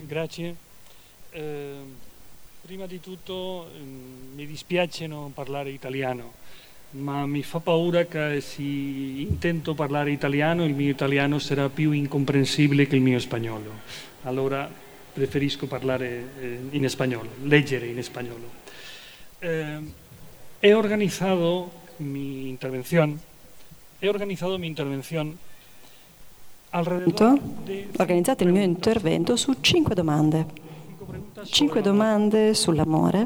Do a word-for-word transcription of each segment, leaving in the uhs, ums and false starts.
Grazie. Eh, prima di tutto eh, mi dispiace non parlare italiano, ma mi fa paura che se intento parlare italiano il mio italiano sarà più incomprensibile che il mio spagnolo. Allora preferisco parlare eh, in spagnolo, leggere in spagnolo. Eh, he organizado mi intervención, he organizado mi intervención alrededor de Ho organizzato il mio intervento su cinque domande. Cinque domande sull'amore.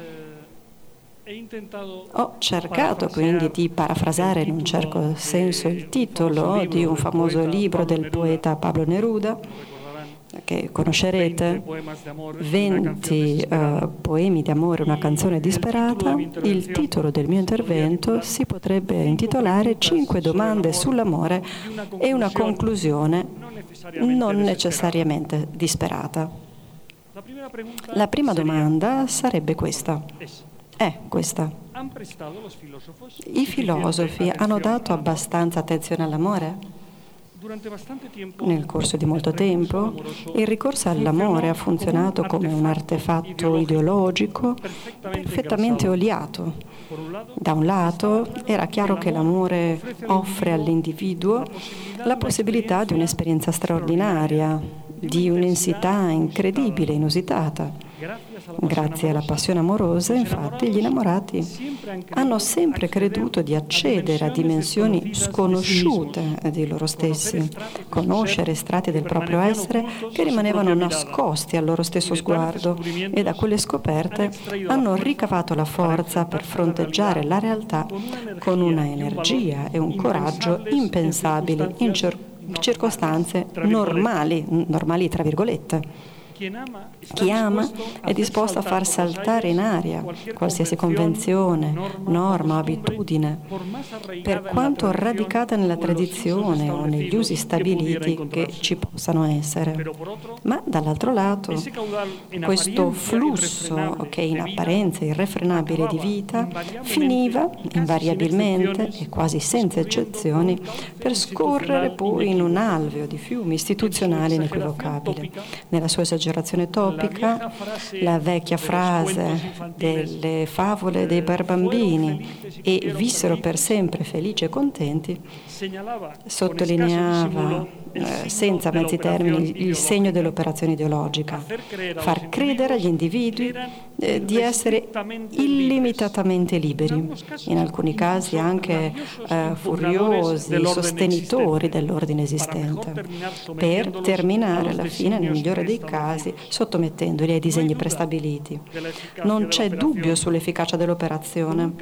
Ho cercato quindi di parafrasare in un certo senso il titolo di un famoso libro del poeta Pablo Neruda, che conoscerete, venti uh, poemi di amore, una canzone disperata. Il titolo del mio intervento si potrebbe intitolare Cinque domande sull'amore e una conclusione non necessariamente disperata. La prima domanda sarebbe questa. È questa. I filosofi hanno dato abbastanza attenzione all'amore? Nel corso di molto tempo, il ricorso all'amore ha funzionato come un artefatto ideologico perfettamente oliato. Da un lato, era chiaro che l'amore offre all'individuo la possibilità di un'esperienza straordinaria, di un'intensità incredibile, inusitata. Grazie alla passione amorosa, infatti, gli innamorati hanno sempre creduto di accedere a dimensioni sconosciute di loro stessi, conoscere strati del proprio essere che rimanevano nascosti al loro stesso sguardo, e da quelle scoperte hanno ricavato la forza per fronteggiare la realtà con una energia e un coraggio impensabili in cer- circostanze normali, normali tra virgolette. Chi ama è disposto a far saltare in aria qualsiasi convenzione, norma, abitudine, per quanto radicata nella tradizione o negli usi stabiliti che ci possano essere. Ma dall'altro lato, questo flusso che in apparenza è irrefrenabile di vita finiva invariabilmente e quasi senza eccezioni per scorrere poi in un alveo di fiumi istituzionali inequivocabili. Nella sua esagerazione topica, la vecchia frase delle favole dei barbambini "e vissero per sempre felici e contenti" sottolineava eh, senza mezzi termini il segno dell'operazione ideologica: far credere agli individui eh, di essere illimitatamente liberi, in alcuni casi anche eh, furiosi sostenitori dell'ordine esistente, per terminare alla fine, nel migliore dei casi, sottomettendoli ai disegni prestabiliti. Non c'è dubbio sull'efficacia dell'operazione.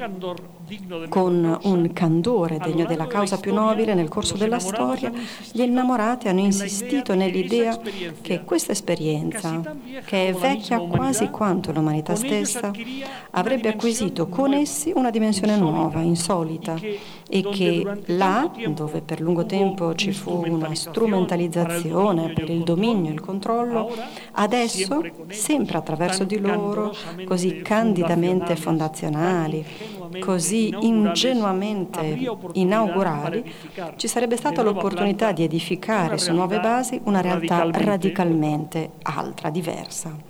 Con un candore degno della causa più nobile, nel corso della storia, gli innamorati hanno insistito nell'idea che questa esperienza, che è vecchia quasi quanto l'umanità stessa, avrebbe acquisito con essi una dimensione nuova, insolita, e che là, dove per lungo tempo ci fu una strumentalizzazione per il dominio e il controllo, adesso, sempre attraverso di loro, così candidamente fondazionali, così ingenuamente inaugurali, ci sarebbe stata l'opportunità di edificare su nuove basi una realtà radicalmente altra, diversa.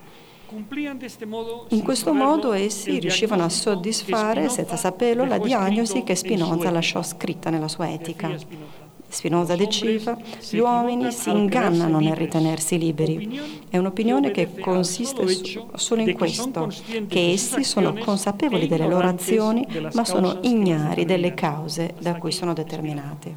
In questo modo essi riuscivano a soddisfare, senza saperlo, la diagnosi che Spinoza lasciò scritta nella sua Etica. Spinoza diceva: gli uomini si ingannano nel ritenersi liberi. È un'opinione che consiste su, solo in questo, che essi sono consapevoli delle loro azioni, ma sono ignari delle cause da cui sono determinati.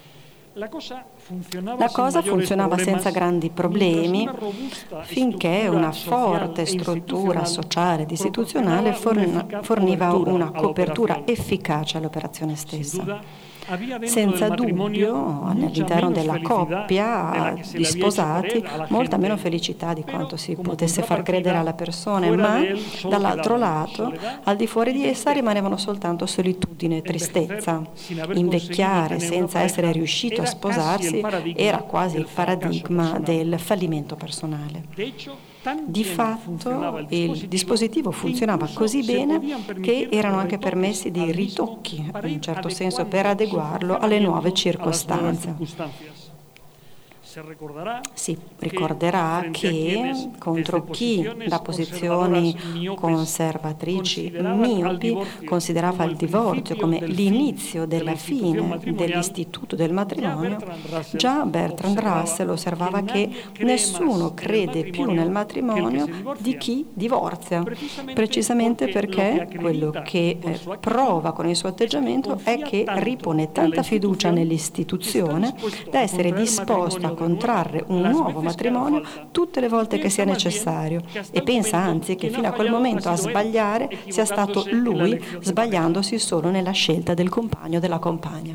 La cosa funzionava senza grandi problemi finché una forte struttura sociale ed istituzionale forniva una copertura efficace all'operazione stessa. Senza dubbio, all'interno della coppia di sposati, molta meno felicità di quanto si potesse far credere alla persona, ma dall'altro lato, al di fuori di essa rimanevano soltanto solitudine e tristezza. Invecchiare senza essere riuscito a sposarsi era quasi il paradigma del fallimento personale. Di fatto il dispositivo funzionava così bene che erano anche permessi dei ritocchi, in un certo senso, per adeguarlo alle nuove circostanze. Si ricorderà che contro chi da posizioni conservatrici miopi considerava il divorzio come l'inizio della fine dell'istituto del matrimonio, già Bertrand Russell osservava che nessuno crede più nel matrimonio di chi divorzia, precisamente perché quello che eh, prova con il suo atteggiamento è che ripone tanta fiducia nell'istituzione da essere disposto a contrarre un nuovo matrimonio tutte le volte che sia necessario, e pensa anzi che fino a quel momento a sbagliare sia stato lui, sbagliandosi solo nella scelta del compagno o della compagna.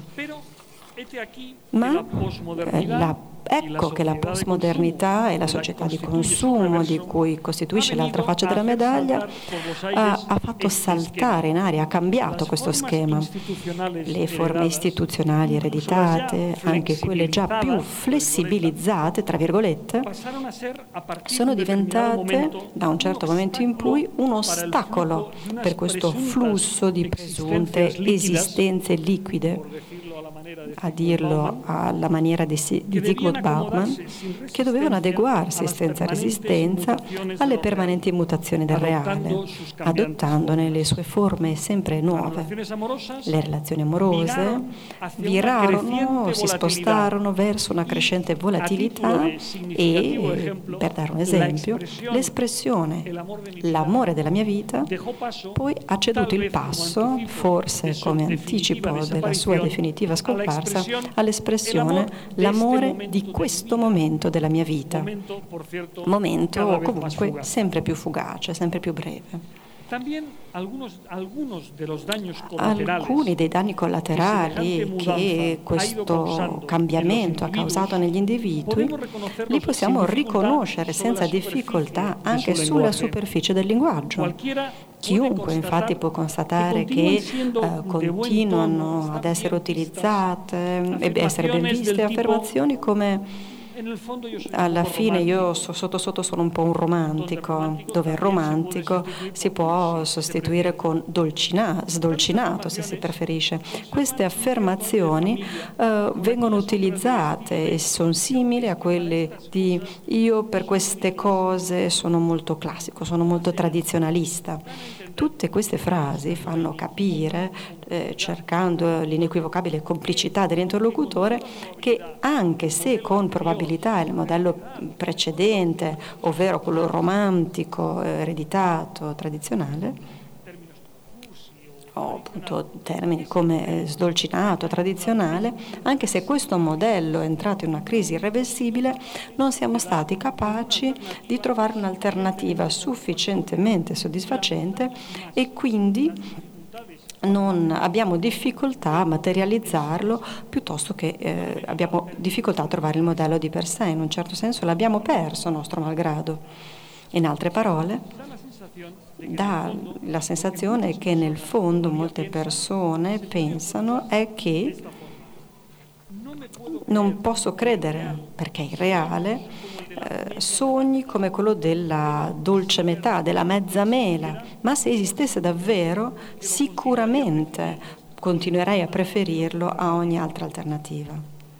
Ma eh, la Ecco che la postmodernità e la società di consumo, di cui costituisce l'altra faccia della medaglia, ha, ha fatto saltare in aria, ha cambiato questo schema. Le forme istituzionali ereditate, anche quelle già più flessibilizzate, tra virgolette, sono diventate, da un certo momento in poi, un ostacolo per questo flusso di presunte esistenze liquide, a dirlo alla maniera di Zygmunt Bauman, che dovevano adeguarsi senza resistenza alle permanenti mutazioni del reale, adottandone le sue forme sempre nuove. Le relazioni amorose virarono, si spostarono verso una crescente volatilità e, per dare un esempio, l'espressione "l'amore della mia vita" poi ha ceduto il passo, forse come anticipo della sua definitiva scomparsa, all'espressione "l'amore di questo momento della mia vita", momento comunque sempre più fugace, sempre più breve. Alcuni dei danni collaterali che questo cambiamento ha causato negli individui li possiamo riconoscere senza difficoltà anche sulla superficie del linguaggio. Chiunque infatti può constatare che eh, continuano ad essere utilizzate e essere ben viste affermazioni come "alla fine io sotto sotto sono un po' un romantico", dove il romantico si può sostituire con dolcina, sdolcinato, se si preferisce. Queste affermazioni eh, vengono utilizzate e sono simili a quelle di "io per queste cose sono molto classico, sono molto tradizionalista". Tutte queste frasi fanno capire, eh, cercando l'inequivocabile complicità dell'interlocutore, che anche se con probabilità il modello precedente, ovvero quello romantico, ereditato, tradizionale, o appunto termini come sdolcinato, tradizionale, anche se questo modello è entrato in una crisi irreversibile, non siamo stati capaci di trovare un'alternativa sufficientemente soddisfacente e quindi non abbiamo difficoltà a materializzarlo, piuttosto che eh, abbiamo difficoltà a trovare il modello di per sé. In un certo senso l'abbiamo perso, nostro malgrado. In altre parole, dà la sensazione che nel fondo molte persone pensano è che non posso credere, perché è irreale, eh, sogni come quello della dolce metà, della mezza mela, ma se esistesse davvero sicuramente continuerei a preferirlo a ogni altra alternativa.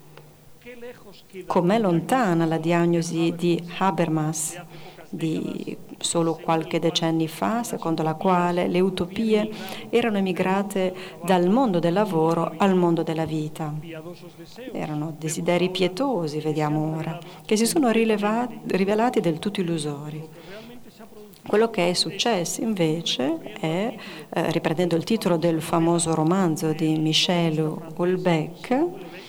Com'è lontana la diagnosi di Habermas di solo qualche decenni fa, secondo la quale le utopie erano emigrate dal mondo del lavoro al mondo della vita. Erano desideri pietosi, vediamo ora, che si sono rilevati, rivelati del tutto illusori. Quello che è successo invece è, eh, riprendendo il titolo del famoso romanzo di Michel Houellebecq,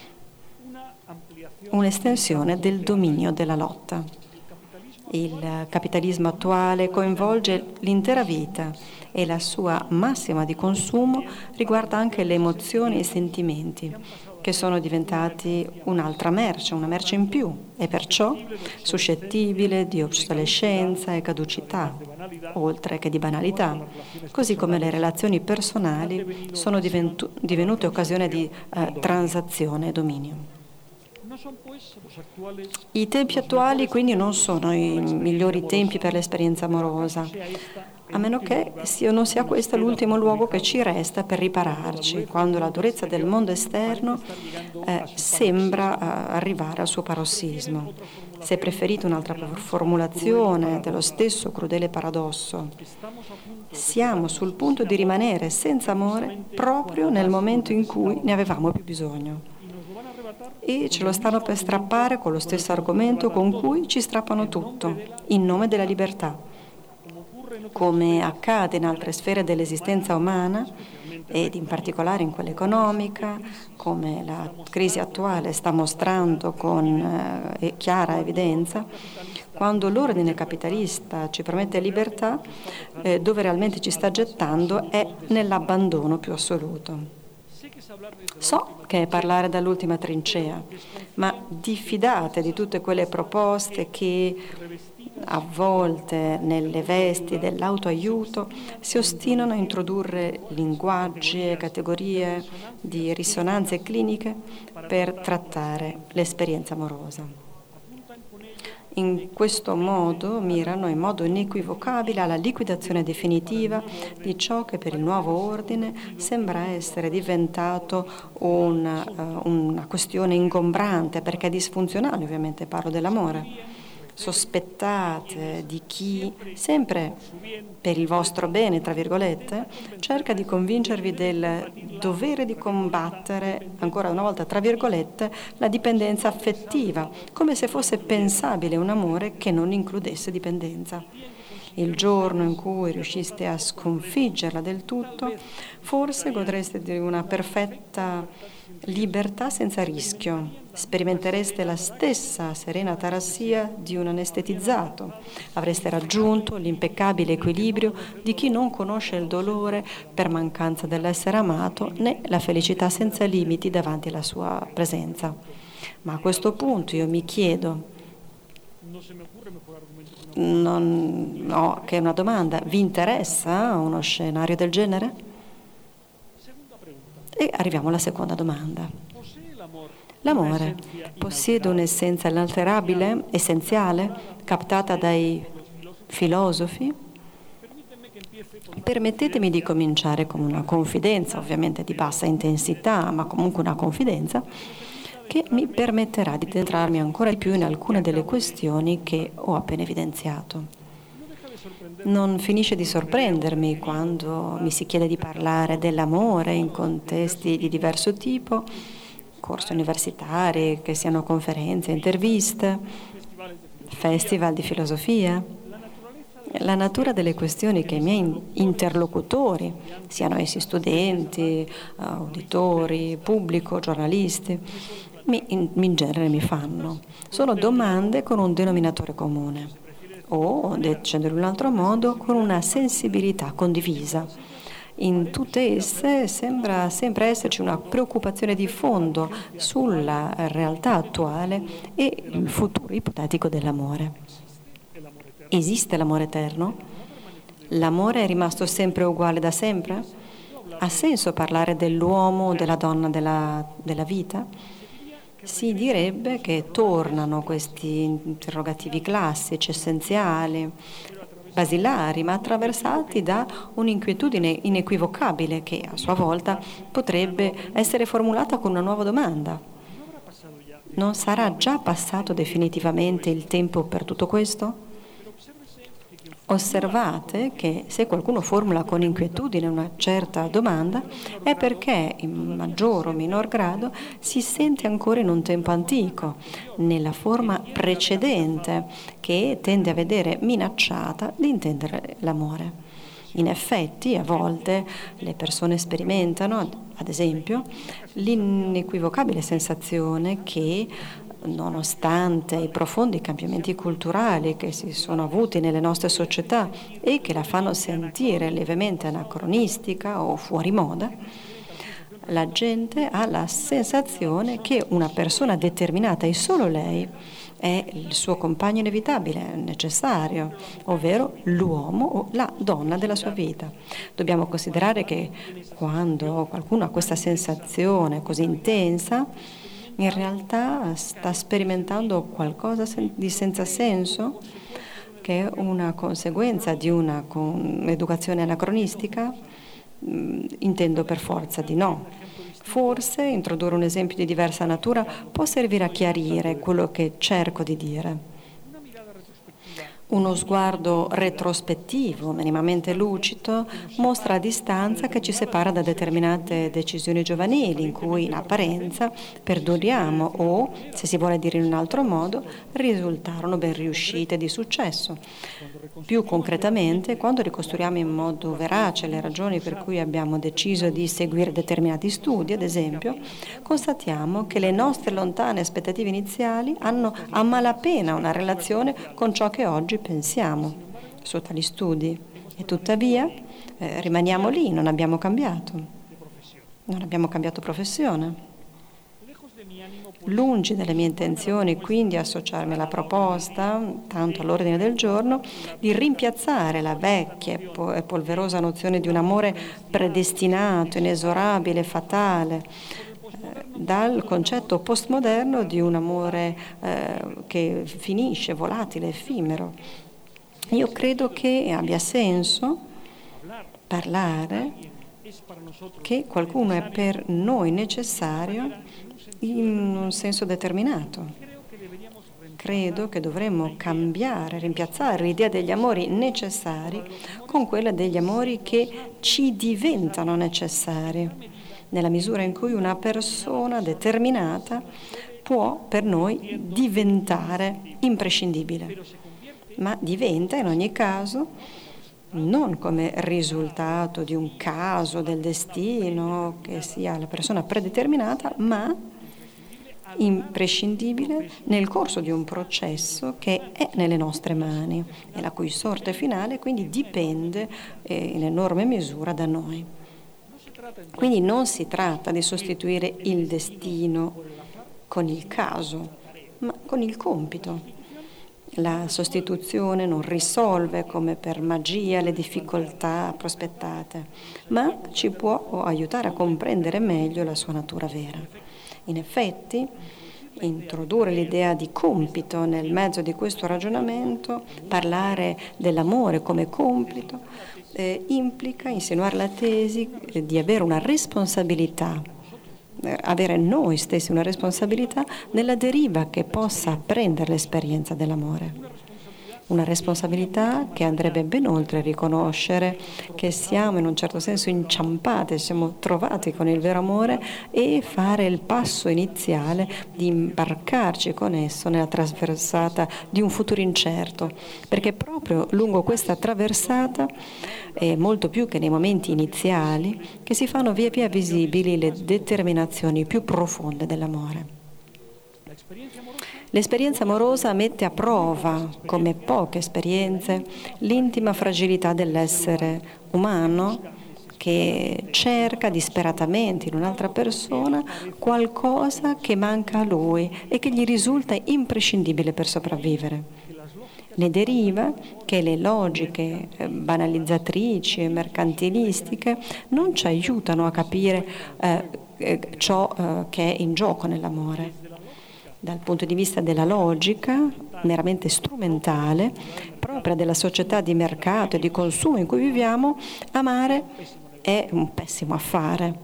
un'estensione del dominio della lotta. Il capitalismo attuale coinvolge l'intera vita e la sua massima di consumo riguarda anche le emozioni e i sentimenti, che sono diventati un'altra merce, una merce in più, e perciò suscettibile di obsolescenza e caducità, oltre che di banalità, così come le relazioni personali sono diventu- divenute occasione di eh, transazione e dominio. I tempi attuali quindi non sono i migliori tempi per l'esperienza amorosa, a meno che non sia questo l'ultimo luogo che ci resta per ripararci, quando la durezza del mondo esterno eh, sembra eh, arrivare al suo parossismo. Se preferite un'altra formulazione dello stesso crudele paradosso, siamo sul punto di rimanere senza amore proprio nel momento in cui ne avevamo più bisogno. E ce lo stanno per strappare con lo stesso argomento con cui ci strappano tutto, in nome della libertà. Come accade in altre sfere dell'esistenza umana, ed in particolare in quella economica, come la crisi attuale sta mostrando con eh, chiara evidenza, quando l'ordine capitalista ci promette libertà, eh, dove realmente ci sta gettando è nell'abbandono più assoluto. So che è parlare dall'ultima trincea, ma diffidate di tutte quelle proposte che avvolte nelle vesti dell'autoaiuto si ostinano a introdurre linguaggi e categorie di risonanze cliniche per trattare l'esperienza amorosa. In questo modo mirano in modo inequivocabile alla liquidazione definitiva di ciò che per il nuovo ordine sembra essere diventato una, uh, una questione ingombrante, perché è disfunzionale, ovviamente parlo dell'amore. Sospettate di chi, sempre per il vostro bene, tra virgolette, cerca di convincervi del dovere di combattere, ancora una volta tra virgolette, la dipendenza affettiva, come se fosse pensabile un amore che non includesse dipendenza. Il giorno in cui riusciste a sconfiggerla del tutto, forse godreste di una perfetta libertà senza rischio. Sperimentereste la stessa serena tarassia di un anestetizzato. Avreste raggiunto l'impeccabile equilibrio di chi non conosce il dolore per mancanza dell'essere amato né la felicità senza limiti davanti alla sua presenza. Ma a questo punto io mi chiedo, non, no, che è una domanda, vi interessa uno scenario del genere? E arriviamo alla seconda domanda. L'amore possiede un'essenza inalterabile, essenziale, captata dai filosofi? Permettetemi di cominciare con una confidenza, ovviamente di bassa intensità, ma comunque una confidenza, che mi permetterà di addentrarmi ancora di più in alcune delle questioni che ho appena evidenziato. Non finisce di sorprendermi quando mi si chiede di parlare dell'amore in contesti di diverso tipo, corsi universitari, che siano conferenze, interviste, festival di filosofia. La natura delle questioni che i miei interlocutori, siano essi studenti, uditori, pubblico, giornalisti, mi, in, in genere mi fanno, sono domande con un denominatore comune. O, dicendo in un altro modo, con una sensibilità condivisa. In tutte esse sembra sempre esserci una preoccupazione di fondo sulla realtà attuale e il futuro ipotetico dell'amore. Esiste l'amore eterno? L'amore è rimasto sempre uguale da sempre? Ha senso parlare dell'uomo o della donna della, della vita? Si direbbe che tornano questi interrogativi classici, essenziali, basilari, ma attraversati da un'inquietudine inequivocabile che a sua volta potrebbe essere formulata con una nuova domanda. Non sarà già passato definitivamente il tempo per tutto questo? Osservate che se qualcuno formula con inquietudine una certa domanda è perché in maggior o minor grado si sente ancora in un tempo antico, nella forma precedente che tende a vedere minacciata di intendere l'amore. In effetti, a volte le persone sperimentano, ad esempio, l'inequivocabile sensazione che nonostante i profondi cambiamenti culturali che si sono avuti nelle nostre società e che la fanno sentire lievemente anacronistica o fuori moda, la gente ha la sensazione che una persona determinata, e solo lei, è il suo compagno inevitabile, necessario, ovvero l'uomo o la donna della sua vita. Dobbiamo considerare che quando qualcuno ha questa sensazione così intensa, in realtà sta sperimentando qualcosa di senza senso, che è una conseguenza di una con educazione anacronistica? Intendo per forza di no. Forse introdurre un esempio di diversa natura può servire a chiarire quello che cerco di dire. Uno sguardo retrospettivo, minimamente lucido, mostra la distanza che ci separa da determinate decisioni giovanili in cui, in apparenza, perduriamo o, se si vuole dire in un altro modo, risultarono ben riuscite di successo. Più concretamente, quando ricostruiamo in modo verace le ragioni per cui abbiamo deciso di seguire determinati studi, ad esempio, constatiamo che le nostre lontane aspettative iniziali hanno a malapena una relazione con ciò che oggi pensiamo su tali studi e tuttavia eh, rimaniamo lì, non abbiamo cambiato, non abbiamo cambiato professione. Lungi dalle mie intenzioni quindi associarmi alla proposta, tanto all'ordine del giorno, di rimpiazzare la vecchia e po- polverosa nozione di un amore predestinato, inesorabile, fatale, eh, dal concetto postmoderno di un amore eh, che finisce, volatile, effimero. Io credo che abbia senso parlare che qualcuno è per noi necessario in un senso determinato. Credo che dovremmo cambiare, rimpiazzare l'idea degli amori necessari con quella degli amori che ci diventano necessari, nella misura in cui una persona determinata può per noi diventare imprescindibile, ma diventa in ogni caso non come risultato di un caso del destino che sia la persona predeterminata, ma imprescindibile nel corso di un processo che è nelle nostre mani e la cui sorte finale quindi dipende eh, in enorme misura da noi. Quindi non si tratta di sostituire il destino con il caso, ma con il compito. La sostituzione non risolve come per magia le difficoltà prospettate, ma ci può aiutare a comprendere meglio la sua natura vera. In effetti, introdurre l'idea di compito nel mezzo di questo ragionamento, parlare dell'amore come compito, eh, implica insinuare la tesi eh, di avere una responsabilità, eh, avere noi stessi una responsabilità nella deriva che possa prendere l'esperienza dell'amore. Una responsabilità che andrebbe ben oltre riconoscere che siamo in un certo senso inciampati, siamo trovati con il vero amore e fare il passo iniziale di imbarcarci con esso nella traversata di un futuro incerto, perché proprio lungo questa traversata, e molto più che nei momenti iniziali, che si fanno via via visibili le determinazioni più profonde dell'amore. L'esperienza amorosa mette a prova, come poche esperienze, l'intima fragilità dell'essere umano che cerca disperatamente in un'altra persona qualcosa che manca a lui e che gli risulta imprescindibile per sopravvivere. Ne deriva che le logiche banalizzatrici e mercantilistiche non ci aiutano a capire eh, ciò eh, che è in gioco nell'amore. Dal punto di vista della logica, meramente strumentale, propria della società di mercato e di consumo in cui viviamo, amare è un pessimo affare.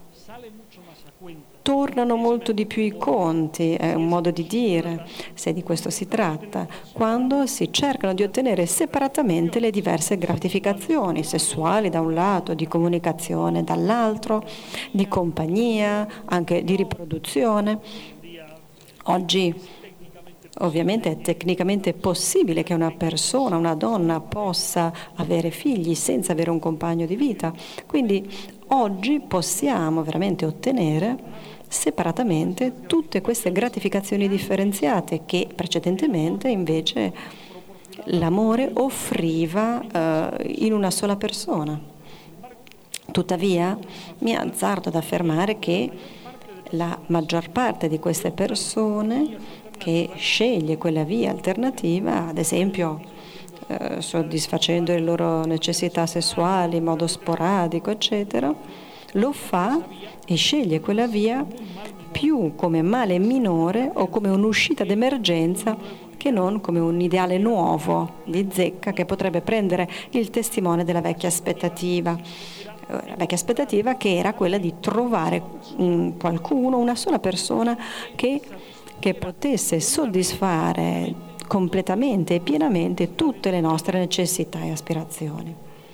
Tornano molto di più i conti, è un modo di dire, se di questo si tratta, quando si cercano di ottenere separatamente le diverse gratificazioni sessuali da un lato, di comunicazione dall'altro, di compagnia, anche di riproduzione. Oggi ovviamente è tecnicamente possibile che una persona, una donna, possa avere figli senza avere un compagno di vita. Quindi oggi possiamo veramente ottenere separatamente tutte queste gratificazioni differenziate che precedentemente invece l'amore offriva eh, in una sola persona. Tuttavia mi azzardo ad affermare che la maggior parte di queste persone che sceglie quella via alternativa, ad esempio eh, soddisfacendo le loro necessità sessuali in modo sporadico, eccetera, lo fa e sceglie quella via più come male minore o come un'uscita d'emergenza che che non come un ideale nuovo di zecca che potrebbe prendere il testimone della vecchia aspettativa. La vecchia aspettativa che era quella di trovare um, qualcuno, una sola persona che, che potesse soddisfare completamente e pienamente tutte le nostre necessità e aspirazioni.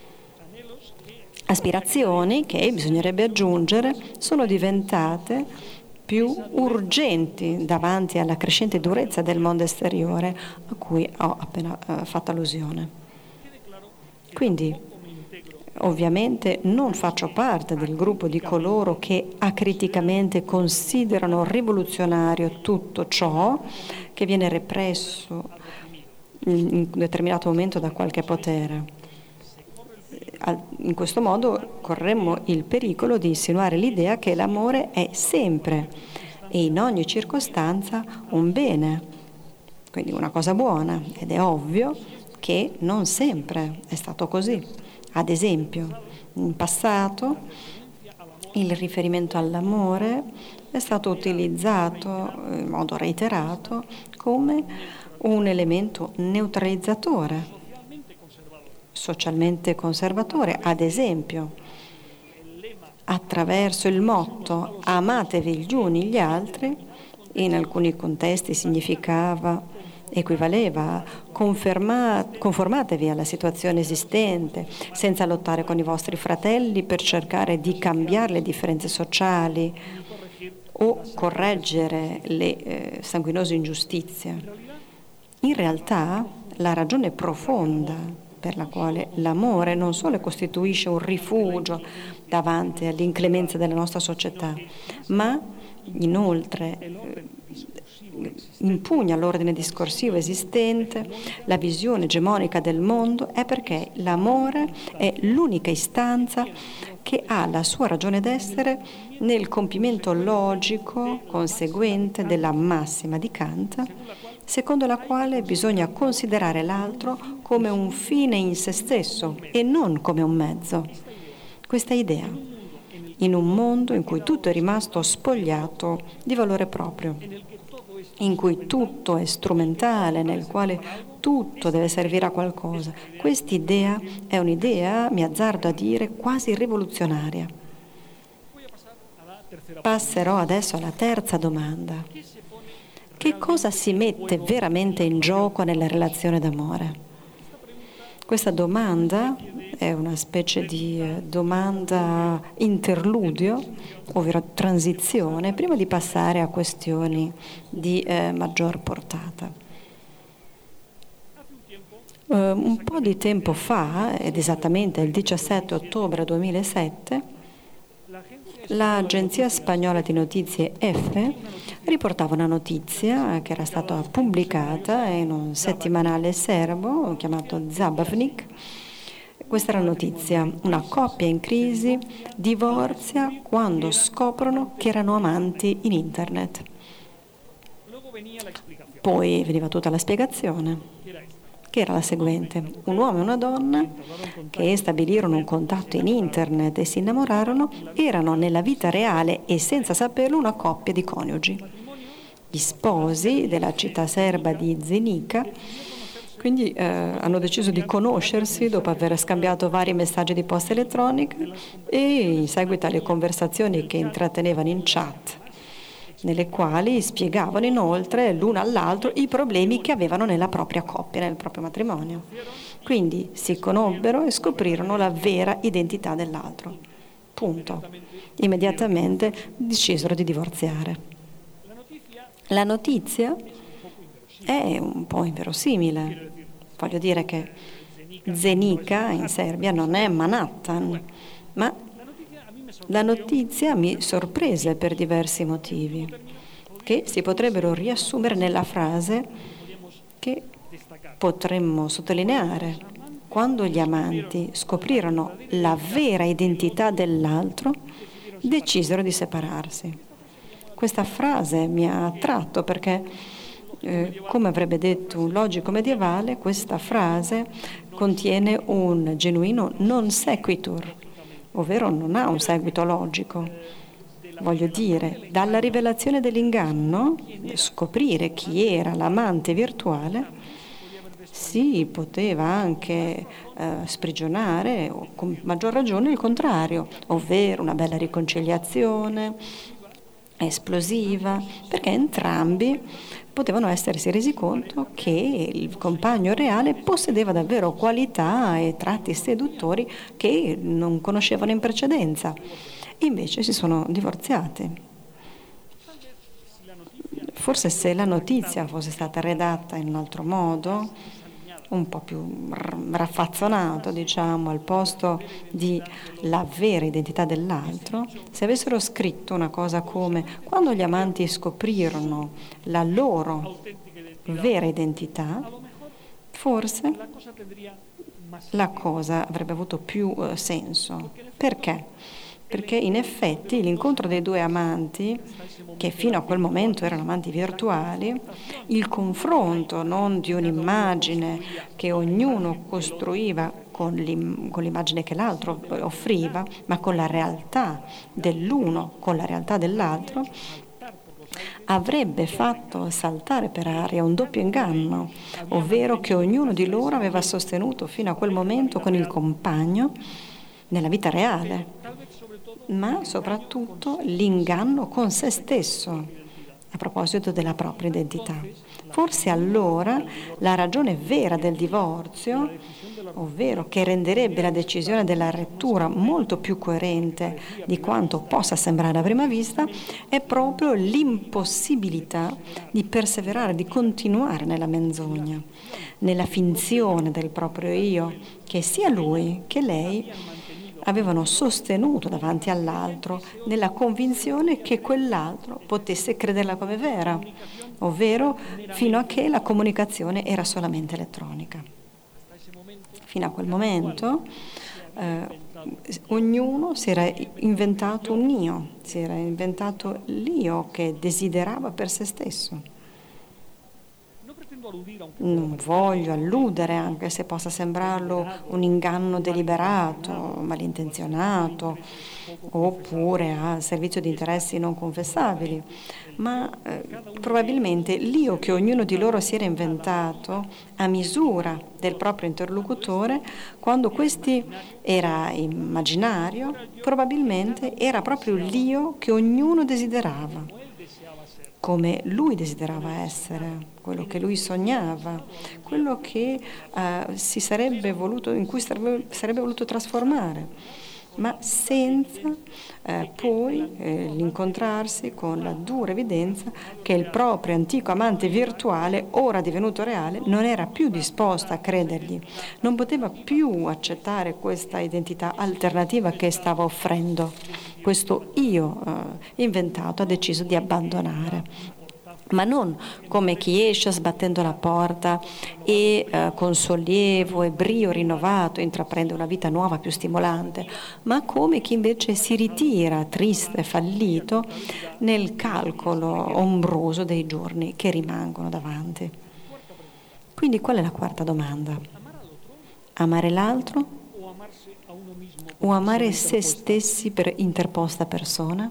Aspirazioni che, bisognerebbe aggiungere, sono diventate più urgenti davanti alla crescente durezza del mondo esteriore a cui ho appena uh, fatto allusione. Quindi, ovviamente non faccio parte del gruppo di coloro che acriticamente considerano rivoluzionario tutto ciò che viene represso in un determinato momento da qualche potere. In questo modo corremmo il pericolo di insinuare l'idea che l'amore è sempre e in ogni circostanza un bene, quindi una cosa buona, ed è ovvio che non sempre è stato così. Ad esempio, in passato il riferimento all'amore è stato utilizzato in modo reiterato come un elemento neutralizzatore, socialmente conservatore, ad esempio, attraverso il motto amatevi gli uni gli altri, in alcuni contesti significava, equivaleva, conferma, conformatevi alla situazione esistente, senza lottare con i vostri fratelli per cercare di cambiare le differenze sociali o correggere le eh, sanguinose ingiustizie. In realtà, la ragione profonda per la quale l'amore non solo costituisce un rifugio davanti all'inclemenza della nostra società, ma inoltre eh, impugna l'ordine discorsivo esistente, la visione egemonica del mondo, è perché l'amore è l'unica istanza che ha la sua ragione d'essere nel compimento logico conseguente della massima di Kant, secondo la quale bisogna considerare l'altro come un fine in se stesso e non come un mezzo. Questa idea, in un mondo in cui tutto è rimasto spogliato di valore proprio, in cui tutto è strumentale, nel quale tutto deve servire a qualcosa, quest'idea è un'idea, mi azzardo a dire, quasi rivoluzionaria. Passerò adesso alla terza domanda. Che cosa si mette veramente in gioco nella relazione d'amore? Questa domanda è una specie di domanda interludio, ovvero transizione, prima di passare a questioni di eh, maggior portata. Uh, un po' di tempo fa, ed esattamente il diciassette ottobre duemilasette, l'agenzia spagnola di notizie EFE riportava una notizia che era stata pubblicata in un settimanale serbo chiamato Zabavnik. Questa era la notizia: una coppia in crisi divorzia quando scoprono che erano amanti in internet. Poi veniva tutta la spiegazione, che era la seguente: un uomo e una donna che stabilirono un contatto in internet e si innamorarono erano nella vita reale e senza saperlo una coppia di coniugi. Gli sposi della città serba di Zenica quindi eh, hanno deciso di conoscersi dopo aver scambiato vari messaggi di posta elettronica e in seguito alle conversazioni che intrattenevano in chat, nelle quali spiegavano inoltre l'uno all'altro i problemi che avevano nella propria coppia, nel proprio matrimonio. Quindi si conobbero e scoprirono la vera identità dell'altro. Punto. Immediatamente decisero di divorziare. La notizia è un po' inverosimile. Voglio dire che Zenica in Serbia non è Manhattan, ma la notizia mi sorprese per diversi motivi, che si potrebbero riassumere nella frase che potremmo sottolineare: quando gli amanti scoprirono la vera identità dell'altro, decisero di separarsi. Questa frase mi ha attratto perché, eh, come avrebbe detto un logico medievale, questa frase contiene un genuino non sequitur, ovvero non ha un seguito logico. Voglio dire, dalla rivelazione dell'inganno, scoprire chi era l'amante virtuale, si poteva anche eh, sprigionare, o con maggior ragione il contrario, ovvero una bella riconciliazione esplosiva, perché entrambi potevano essersi resi conto che il compagno reale possedeva davvero qualità e tratti seduttori che non conoscevano in precedenza. Invece si sono divorziati. Forse se la notizia fosse stata redatta in un altro modo, un po' più raffazzonato, diciamo, al posto di la vera identità dell'altro, se avessero scritto una cosa come: quando gli amanti scoprirono la loro vera identità, forse la cosa avrebbe avuto più eh, senso. Perché? Perché in effetti l'incontro dei due amanti, che fino a quel momento erano amanti virtuali, il confronto non di un'immagine che ognuno costruiva con, l'im- con l'immagine che l'altro offriva, ma con la realtà dell'uno, con la realtà dell'altro, avrebbe fatto saltare per aria un doppio inganno, ovvero che ognuno di loro aveva sostenuto fino a quel momento con il compagno nella vita reale, ma soprattutto l'inganno con se stesso a proposito della propria identità. Forse allora la ragione vera del divorzio, ovvero che renderebbe la decisione della rottura molto più coerente di quanto possa sembrare a prima vista, è proprio l'impossibilità di perseverare, di continuare nella menzogna, nella finzione del proprio io, che sia lui che lei avevano sostenuto davanti all'altro, nella convinzione che quell'altro potesse crederla come vera, ovvero fino a che la comunicazione era solamente elettronica. Fino a quel momento eh, ognuno si era inventato un io, si era inventato l'io che desiderava per se stesso. Non voglio alludere, anche se possa sembrarlo un inganno deliberato, malintenzionato, oppure al servizio di interessi non confessabili, ma eh, probabilmente l'io che ognuno di loro si era inventato a misura del proprio interlocutore, quando questi era immaginario, probabilmente era proprio l'io che ognuno desiderava, come lui desiderava essere, quello che lui sognava, quello che uh, si sarebbe voluto, in cui sarebbe, sarebbe voluto trasformare, ma senza eh, poi eh, l'incontrarsi con la dura evidenza che il proprio antico amante virtuale, ora divenuto reale, non era più disposta a credergli, non poteva più accettare questa identità alternativa che stava offrendo. Questo io eh, inventato ha deciso di abbandonare. Ma non come chi esce sbattendo la porta e eh, con sollievo e brio rinnovato intraprende una vita nuova più stimolante, ma come chi invece si ritira triste e fallito nel calcolo ombroso dei giorni che rimangono davanti. Quindi qual è la quarta domanda? Amare l'altro o amare se stessi per interposta persona?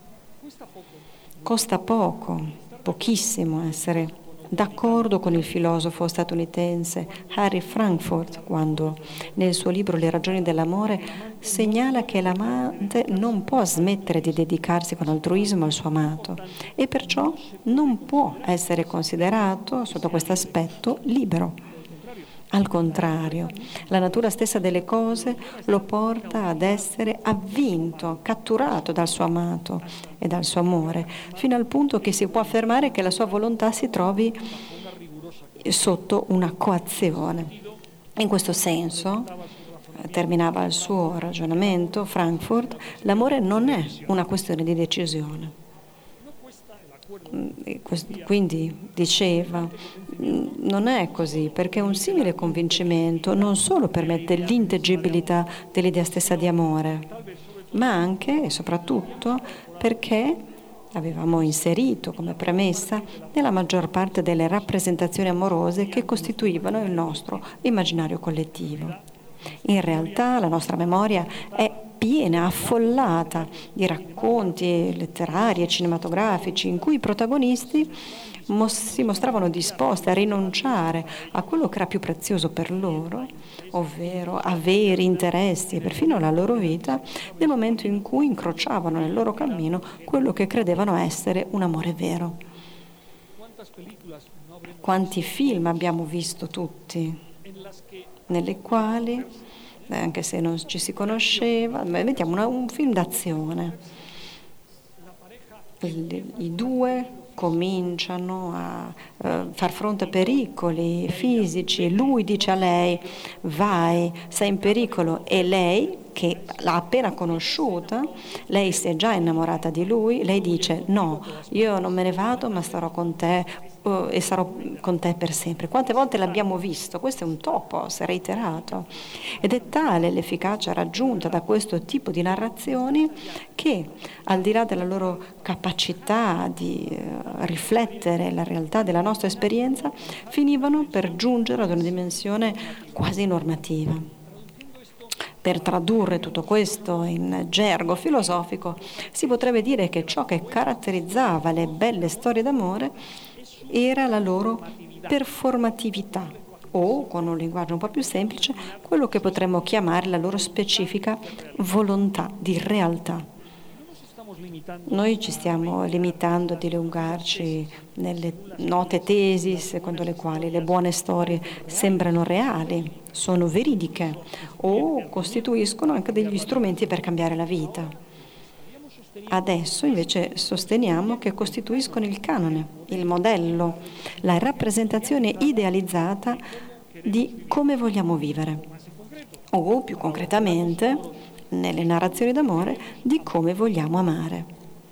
Costa poco. Pochissimo essere d'accordo con il filosofo statunitense Harry Frankfurt quando nel suo libro Le ragioni dell'amore segnala che l'amante non può smettere di dedicarsi con altruismo al suo amato e perciò non può essere considerato sotto questo aspetto libero. Al contrario, la natura stessa delle cose lo porta ad essere avvinto, catturato dal suo amato e dal suo amore, fino al punto che si può affermare che la sua volontà si trovi sotto una coazione. In questo senso, terminava il suo ragionamento Frankfurt, l'amore non è una questione di decisione. Quindi diceva, non è così, perché un simile convincimento non solo permette l'integgibilità dell'idea stessa di amore, ma anche e soprattutto perché avevamo inserito come premessa nella maggior parte delle rappresentazioni amorose che costituivano il nostro immaginario collettivo. In realtà la nostra memoria è piena, affollata di racconti letterari e cinematografici in cui i protagonisti si mostravano disposti a rinunciare a quello che era più prezioso per loro, ovvero averi, interessi e perfino la loro vita, nel momento in cui incrociavano nel loro cammino quello che credevano essere un amore vero. Quanti film abbiamo visto tutti, nelle quali, anche se non ci si conosceva, mettiamo una, un film d'azione. I, i due cominciano a uh, far fronte a pericoli fisici, lui dice a lei vai, sei in pericolo, e lei, che l'ha appena conosciuta, lei si è già innamorata di lui, lei dice no, io non me ne vado ma starò con te uh, e sarò con te per sempre. Quante volte l'abbiamo visto? Questo è un topos reiterato ed è tale l'efficacia raggiunta da questo tipo di narrazioni che, al di là della loro capacità di uh, riflettere la realtà della nostra esperienza, finivano per giungere ad una dimensione quasi normativa. Per tradurre tutto questo in gergo filosofico, si potrebbe dire che ciò che caratterizzava le belle storie d'amore era la loro performatività, o, con un linguaggio un po' più semplice, quello che potremmo chiamare la loro specifica volontà di realtà. Noi ci stiamo limitando a dilungarci nelle note tesi secondo le quali le buone storie sembrano reali, sono veridiche o costituiscono anche degli strumenti per cambiare la vita. Adesso invece sosteniamo che costituiscono il canone, il modello, la rappresentazione idealizzata di come vogliamo vivere, o più concretamente, nelle narrazioni d'amore, di come vogliamo amare.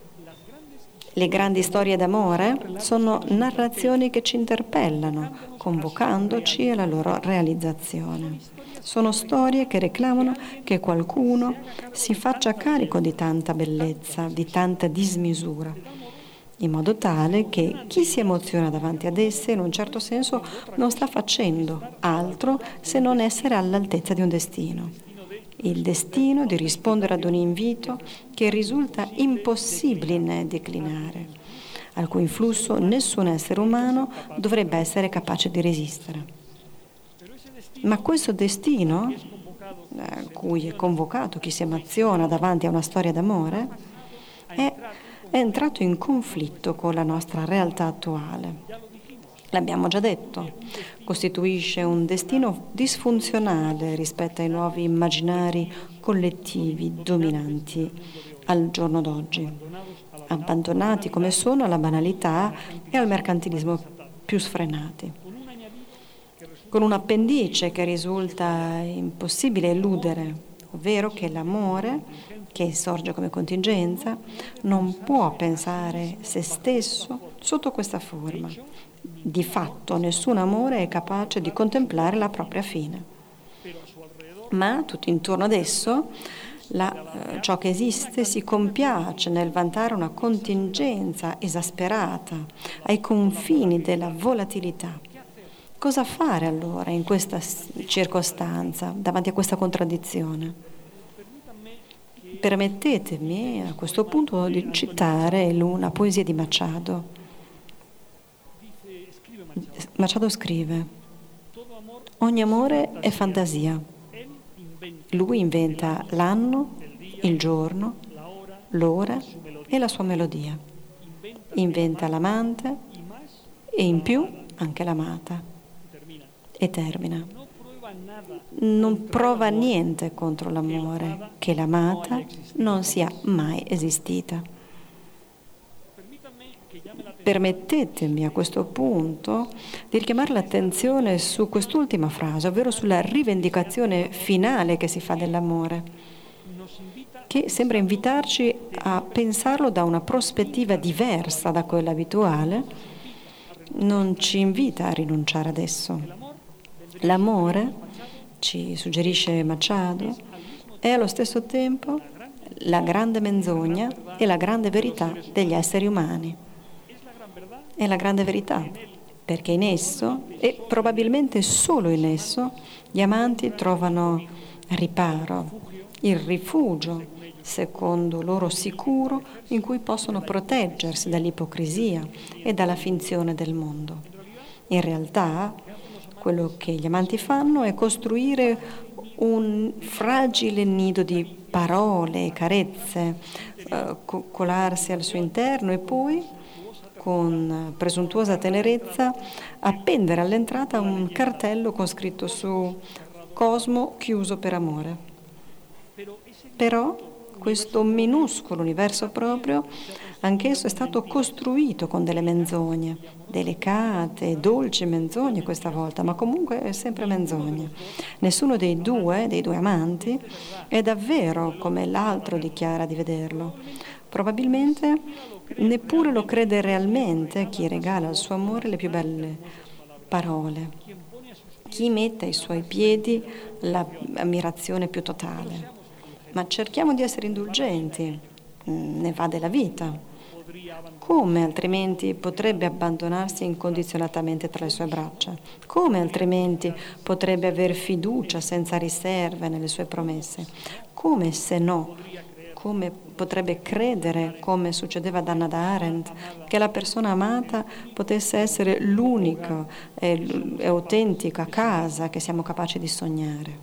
Le grandi storie d'amore sono narrazioni che ci interpellano, convocandoci alla loro realizzazione. Sono storie che reclamano che qualcuno si faccia carico di tanta bellezza, di tanta dismisura, in modo tale che chi si emoziona davanti ad esse, in un certo senso, non sta facendo altro se non essere all'altezza di un destino. Il destino di rispondere ad un invito che risulta impossibile declinare, al cui influsso nessun essere umano dovrebbe essere capace di resistere. Ma questo destino, a cui è convocato chi si emoziona davanti a una storia d'amore, è, è entrato in conflitto con la nostra realtà attuale. L'abbiamo già detto, costituisce un destino disfunzionale rispetto ai nuovi immaginari collettivi dominanti al giorno d'oggi, abbandonati come sono alla banalità e al mercantilismo più sfrenati, con un appendice che risulta impossibile eludere, ovvero che l'amore, che sorge come contingenza, non può pensare se stesso sotto questa forma. Di fatto nessun amore è capace di contemplare la propria fine. Ma tutto intorno ad esso, la, eh, ciò che esiste si compiace nel vantare una contingenza esasperata ai confini della volatilità. Cosa fare allora in questa circostanza, davanti a questa contraddizione? Permettetemi a questo punto di citare una poesia di Machado. Machado scrive: ogni amore è fantasia. Lui inventa l'anno, il giorno, l'ora e la sua melodia. Inventa l'amante e in più anche l'amata. E termina. Non prova niente contro l'amore, che l'amata non sia mai esistita. Permettetemi a questo punto di richiamare l'attenzione su quest'ultima frase, ovvero sulla rivendicazione finale che si fa dell'amore, che sembra invitarci a pensarlo da una prospettiva diversa da quella abituale, non ci invita a rinunciare ad esso. L'amore, ci suggerisce Machado, è allo stesso tempo la grande menzogna e la grande verità degli esseri umani. È la grande verità, perché in esso, e probabilmente solo in esso, gli amanti trovano riparo, il rifugio, secondo loro sicuro, in cui possono proteggersi dall'ipocrisia e dalla finzione del mondo. In realtà, quello che gli amanti fanno è costruire un fragile nido di parole e carezze, eh, colarsi al suo interno e poi, con presuntuosa tenerezza, appendere all'entrata un cartello con scritto su Cosmo chiuso per amore. Però questo minuscolo universo proprio, anch'esso è stato costruito con delle menzogne, delicate, dolci menzogne questa volta, ma comunque è sempre menzogne. Nessuno dei due, dei due amanti, è davvero come l'altro dichiara di vederlo. Probabilmente neppure lo crede realmente chi regala al suo amore le più belle parole, chi mette ai suoi piedi l'ammirazione più totale. Ma cerchiamo di essere indulgenti, ne va della vita. Come altrimenti potrebbe abbandonarsi incondizionatamente tra le sue braccia? Come altrimenti potrebbe aver fiducia senza riserve nelle sue promesse? Come se no? Come potrebbe credere, come succedeva ad Hannah Arendt, che la persona amata potesse essere l'unica e, e autentica casa che siamo capaci di sognare?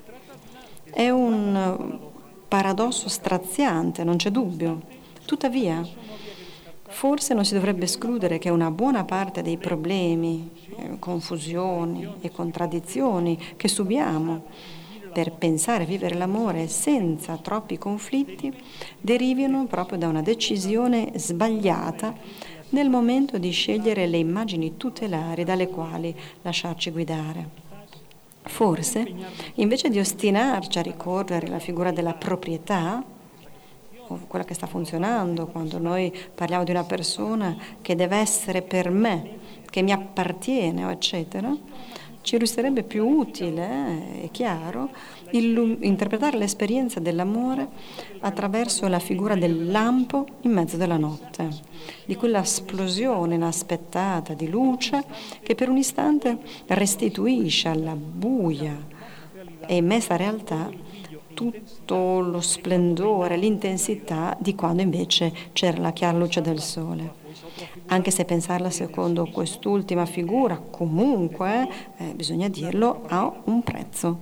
È un paradosso straziante, non c'è dubbio. Tuttavia, forse non si dovrebbe escludere che una buona parte dei problemi, eh, confusioni e contraddizioni che subiamo per pensare a vivere l'amore senza troppi conflitti derivino proprio da una decisione sbagliata nel momento di scegliere le immagini tutelari dalle quali lasciarci guidare. Forse, invece di ostinarci a ricorrere alla figura della proprietà, o quella che sta funzionando quando noi parliamo di una persona che deve essere per me, che mi appartiene, eccetera, ci risulterebbe più utile e chiaro illum- interpretare l'esperienza dell'amore attraverso la figura del lampo in mezzo della notte, di quella esplosione inaspettata di luce che per un istante restituisce alla buia e immensa realtà tutto lo splendore, l'intensità di quando invece c'era la chiara luce del sole. Anche se pensarla secondo quest'ultima figura, comunque, eh, bisogna dirlo, ha un prezzo.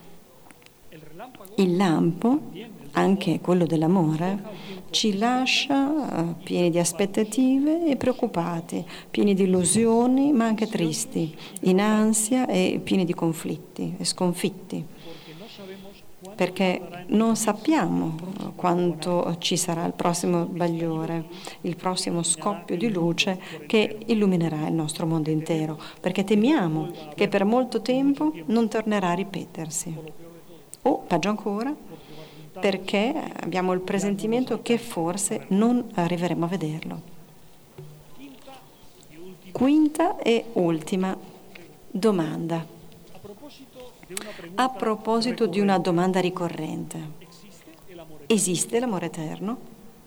Il lampo, anche quello dell'amore, ci lascia eh, pieni di aspettative e preoccupati, pieni di illusioni ma anche tristi, in ansia e pieni di conflitti e sconfitti. Perché non sappiamo quanto ci sarà il prossimo bagliore, il prossimo scoppio di luce che illuminerà il nostro mondo intero, perché temiamo che per molto tempo non tornerà a ripetersi. O, peggio ancora, perché abbiamo il presentimento che forse non arriveremo a vederlo. Quinta e ultima domanda. A proposito di una domanda ricorrente, esiste l'amore eterno?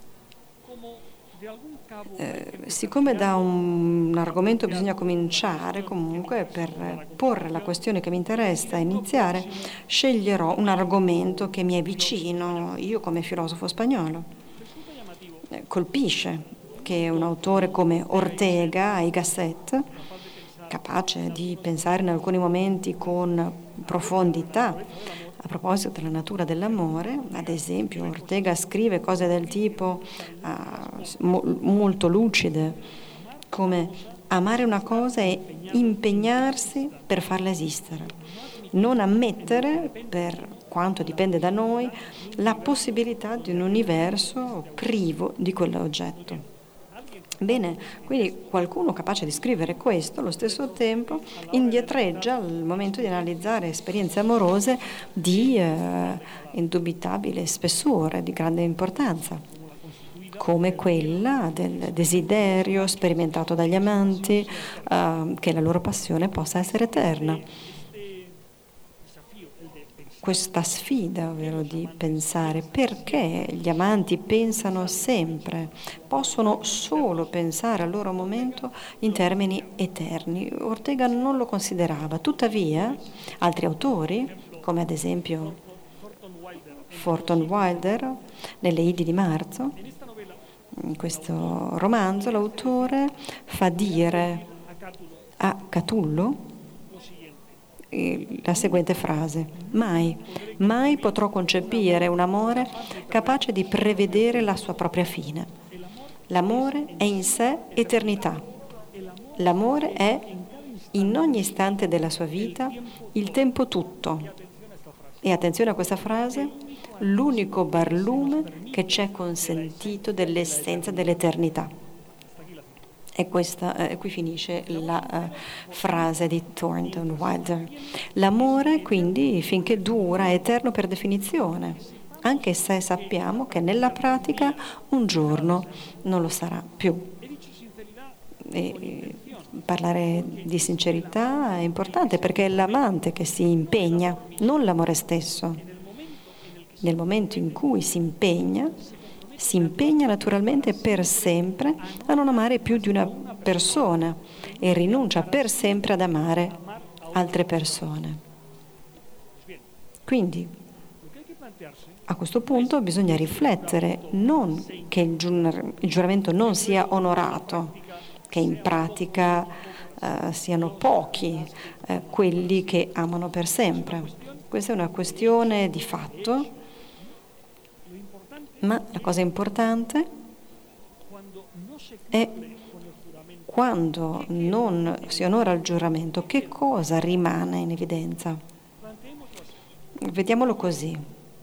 Eh, siccome da un, un argomento bisogna cominciare, comunque per porre la questione che mi interessa e iniziare, sceglierò un argomento che mi è vicino, io come filosofo spagnolo. Eh, colpisce che un autore come Ortega y Gasset, capace di pensare in alcuni momenti con profondità a proposito della natura dell'amore, ad esempio Ortega scrive cose del tipo uh, mo- molto lucide, come amare una cosa è impegnarsi per farla esistere, non ammettere, per quanto dipende da noi, la possibilità di un universo privo di quell'oggetto. Bene, quindi qualcuno capace di scrivere questo, allo stesso tempo indietreggia al momento di analizzare esperienze amorose di eh, indubitabile spessore, di grande importanza, come quella del desiderio sperimentato dagli amanti eh, che la loro passione possa essere eterna. Questa sfida, ovvero di pensare perché gli amanti pensano sempre, possono solo pensare al loro momento in termini eterni. Ortega non lo considerava, tuttavia altri autori, come ad esempio Thornton Wilder, nelle Idi di marzo. In questo romanzo l'autore fa dire a Catullo la seguente frase: mai, mai potrò concepire un amore capace di prevedere la sua propria fine. L'amore è in sé eternità. L'amore è, in ogni istante della sua vita, il tempo tutto. E attenzione a questa frase, l'unico barlume che c'è consentito dell'essenza dell'eternità. E questa, eh, qui finisce la uh, frase di Thornton Wilder. L'amore, quindi, finché dura, è eterno per definizione, anche se sappiamo che nella pratica un giorno non lo sarà più. E parlare di sincerità è importante perché è l'amante che si impegna, non l'amore stesso. Nel momento in cui si impegna, si impegna naturalmente per sempre a non amare più di una persona e rinuncia per sempre ad amare altre persone. Quindi, a questo punto bisogna riflettere non che il, giur- il giuramento non sia onorato, che in pratica eh, siano pochi eh, quelli che amano per sempre. Questa è una questione di fatto. Ma la cosa importante è quando non si onora il giuramento, che cosa rimane in evidenza? Vediamolo così.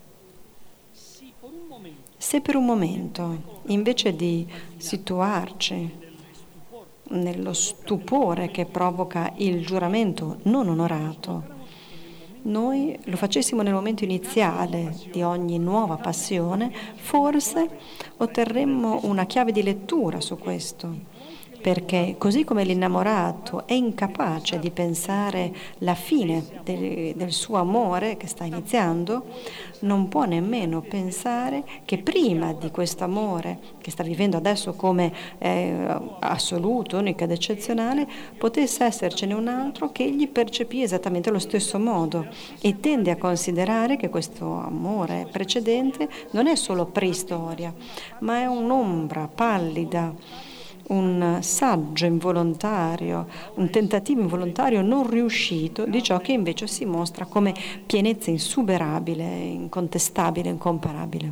Se per un momento, invece di situarci nello stupore che provoca il giuramento non onorato, noi lo facessimo nel momento iniziale di ogni nuova passione, forse otterremmo una chiave di lettura su questo, perché così come l'innamorato è incapace di pensare la fine del, del suo amore che sta iniziando, non può nemmeno pensare che prima di questo amore che sta vivendo adesso come eh, assoluto, unico ed eccezionale, potesse essercene un altro che egli percepì esattamente allo stesso modo e tende a considerare che questo amore precedente non è solo preistoria, ma è un'ombra pallida, un saggio involontario, un tentativo involontario non riuscito di ciò che invece si mostra come pienezza insuperabile, incontestabile, incomparabile.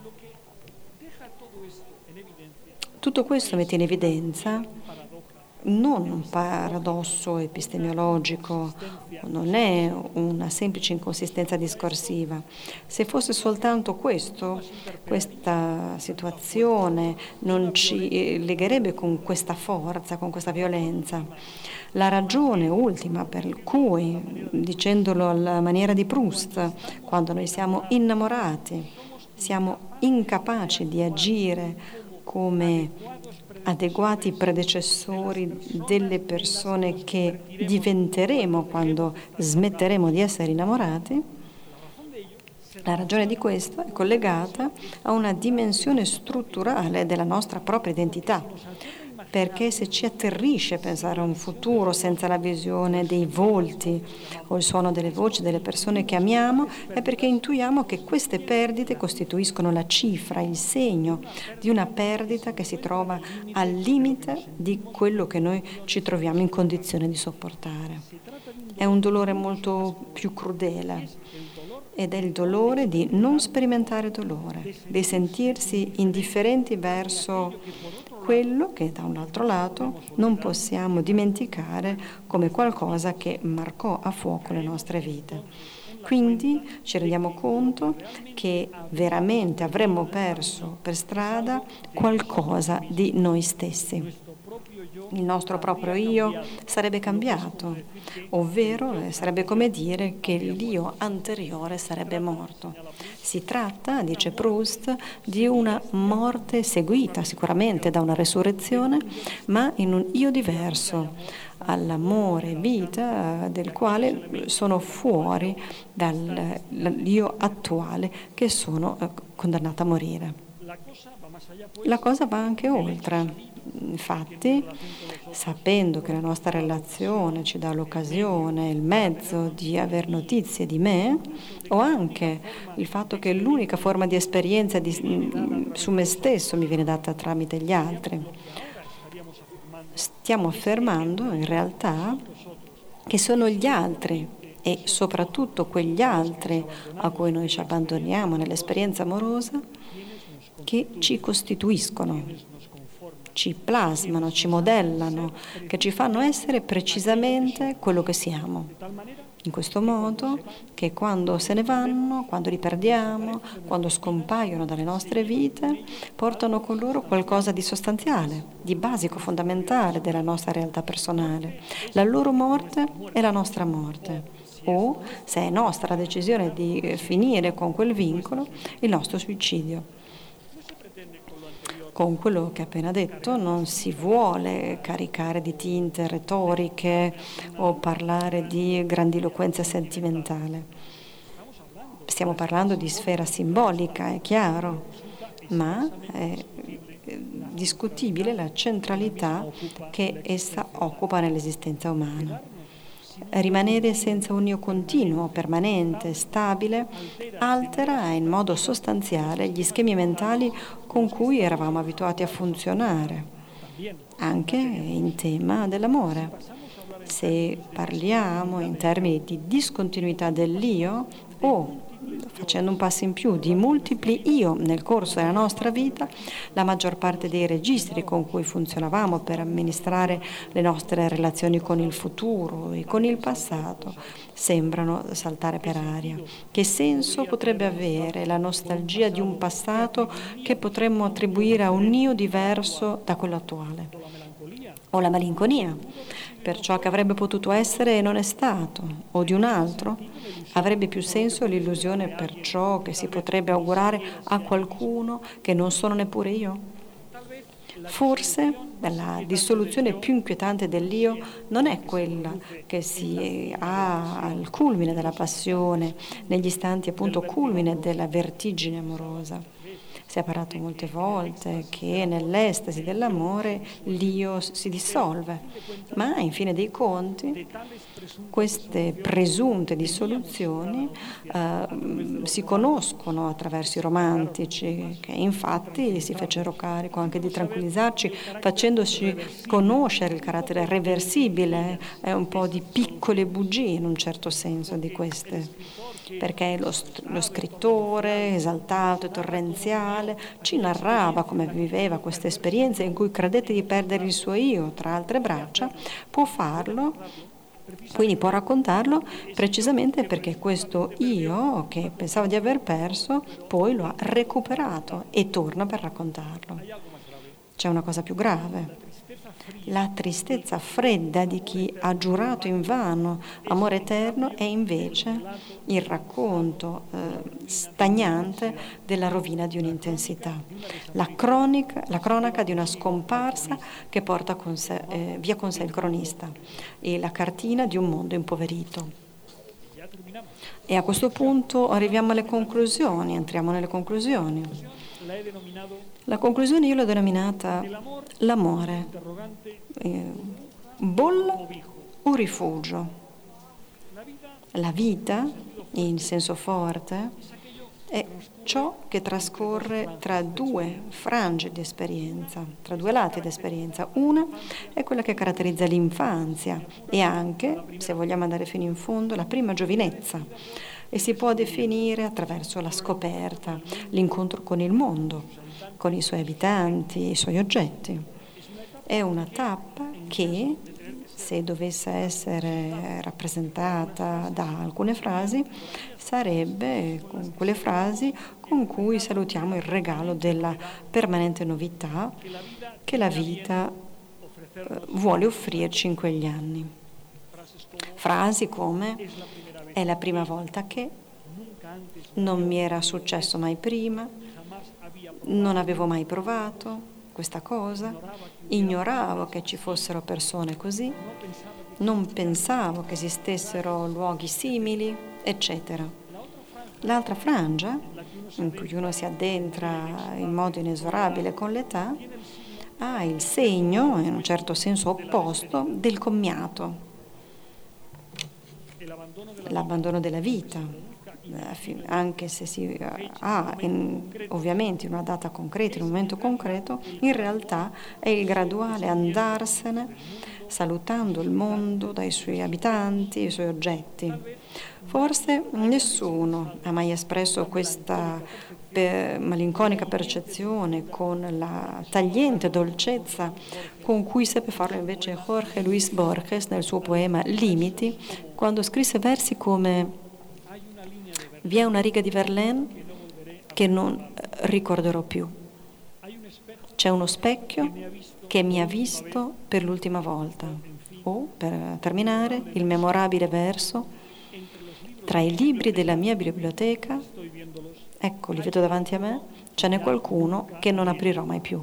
Tutto questo mette in evidenza non un paradosso epistemologico, non è una semplice inconsistenza discorsiva. Se fosse soltanto questo, questa situazione non ci legherebbe con questa forza, con questa violenza. La ragione ultima per cui, dicendolo alla maniera di Proust, quando noi siamo innamorati, siamo incapaci di agire come adeguati predecessori delle persone che diventeremo quando smetteremo di essere innamorati, la ragione di questo è collegata a una dimensione strutturale della nostra propria identità, perché se ci atterrisce pensare a un futuro senza la visione dei volti o il suono delle voci delle persone che amiamo, è perché intuiamo che queste perdite costituiscono la cifra, il segno di una perdita che si trova al limite di quello che noi ci troviamo in condizione di sopportare. È un dolore molto più crudele ed è il dolore di non sperimentare dolore, di sentirsi indifferenti verso quello che da un altro lato non possiamo dimenticare come qualcosa che marcò a fuoco le nostre vite. Quindi ci rendiamo conto che veramente avremmo perso per strada qualcosa di noi stessi. Il nostro proprio io sarebbe cambiato, ovvero sarebbe come dire che l'io anteriore sarebbe morto. Si tratta, dice Proust, di una morte seguita sicuramente da una resurrezione, ma in un io diverso, all'amore vita del quale sono fuori dall'io attuale che sono condannata a morire. La cosa va anche oltre. Infatti, sapendo che la nostra relazione ci dà l'occasione, il mezzo di aver notizie di me, o anche il fatto che l'unica forma di esperienza di, su me stesso mi viene data tramite gli altri, stiamo affermando in realtà che sono gli altri e soprattutto quegli altri a cui noi ci abbandoniamo nell'esperienza amorosa che ci costituiscono, ci plasmano, ci modellano, che ci fanno essere precisamente quello che siamo. In questo modo che quando se ne vanno, quando li perdiamo, quando scompaiono dalle nostre vite, portano con loro qualcosa di sostanziale, di basico, fondamentale della nostra realtà personale. La loro morte è la nostra morte. O, se è nostra la decisione di finire con quel vincolo, il nostro suicidio. Con quello che ho appena detto non si vuole caricare di tinte retoriche o parlare di grandiloquenza sentimentale. Stiamo parlando di sfera simbolica, è chiaro, ma è discutibile la centralità che essa occupa nell'esistenza umana. Rimanere senza un io continuo, permanente, stabile, altera in modo sostanziale gli schemi mentali con cui eravamo abituati a funzionare, anche in tema dell'amore. Se parliamo in termini di discontinuità dell'io o facendo un passo in più di multipli io nel corso della nostra vita, la maggior parte dei registri con cui funzionavamo per amministrare le nostre relazioni con il futuro e con il passato sembrano saltare per aria. Che senso potrebbe avere la nostalgia di un passato che potremmo attribuire a un io diverso da quello attuale? O la malinconia per ciò che avrebbe potuto essere e non è stato, o di un altro? Avrebbe più senso l'illusione per ciò che si potrebbe augurare a qualcuno che non sono neppure io? Forse la dissoluzione più inquietante dell'io non è quella che si ha al culmine della passione, negli istanti appunto culmine della vertigine amorosa. Si è parlato molte volte che nell'estasi dell'amore l'io si dissolve, ma in fine dei conti queste presunte dissoluzioni eh, si conoscono attraverso i romantici, che infatti si fecero carico anche di tranquillizzarci facendoci conoscere il carattere reversibile e un po' di piccole bugie in un certo senso di queste. Perché lo, lo scrittore, esaltato e torrenziale, ci narrava come viveva questa esperienza in cui credette di perdere il suo io tra altre braccia, può farlo, quindi può raccontarlo precisamente perché questo io che pensava di aver perso poi lo ha recuperato e torna per raccontarlo. C'è una cosa più grave. La tristezza fredda di chi ha giurato invano amore eterno è invece il racconto eh, stagnante della rovina di un'intensità, la, cronica, la cronaca di una scomparsa che porta con sé, eh, via con sé il cronista e la cartina di un mondo impoverito. E a questo punto arriviamo alle conclusioni, entriamo nelle conclusioni. La conclusione io l'ho denominata l'amore, eh, bolla o rifugio. La vita, in senso forte, è ciò che trascorre tra due frange di esperienza, tra due lati di esperienza. Una è quella che caratterizza l'infanzia e anche, se vogliamo andare fino in fondo, la prima giovinezza. E si può definire attraverso la scoperta, l'incontro con il mondo, con i suoi abitanti, i suoi oggetti. È una tappa che, se dovesse essere rappresentata da alcune frasi, sarebbe con quelle frasi con cui salutiamo il regalo della permanente novità che la vita vuole offrirci in quegli anni. Frasi come è la prima volta che, non mi era successo mai prima, non avevo mai provato questa cosa, ignoravo che ci fossero persone così, non pensavo che esistessero luoghi simili, eccetera. L'altra frangia, in cui uno si addentra in modo inesorabile con l'età, ha il segno, in un certo senso opposto, del commiato, l'abbandono della vita, anche se si ha in, ovviamente in una data concreta, in un momento concreto, in realtà è il graduale andarsene, salutando il mondo dai suoi abitanti, i suoi oggetti. Forse nessuno ha mai espresso questa per malinconica percezione con la tagliente dolcezza con cui seppe farlo invece Jorge Luis Borges nel suo poema Limiti, quando scrisse versi come «Vi è una riga di Verlaine che non ricorderò più. C'è uno specchio che mi ha visto per l'ultima volta». O, per terminare, il memorabile verso «Tra i libri della mia biblioteca, ecco, li vedo davanti a me, ce n'è qualcuno che non aprirò mai più».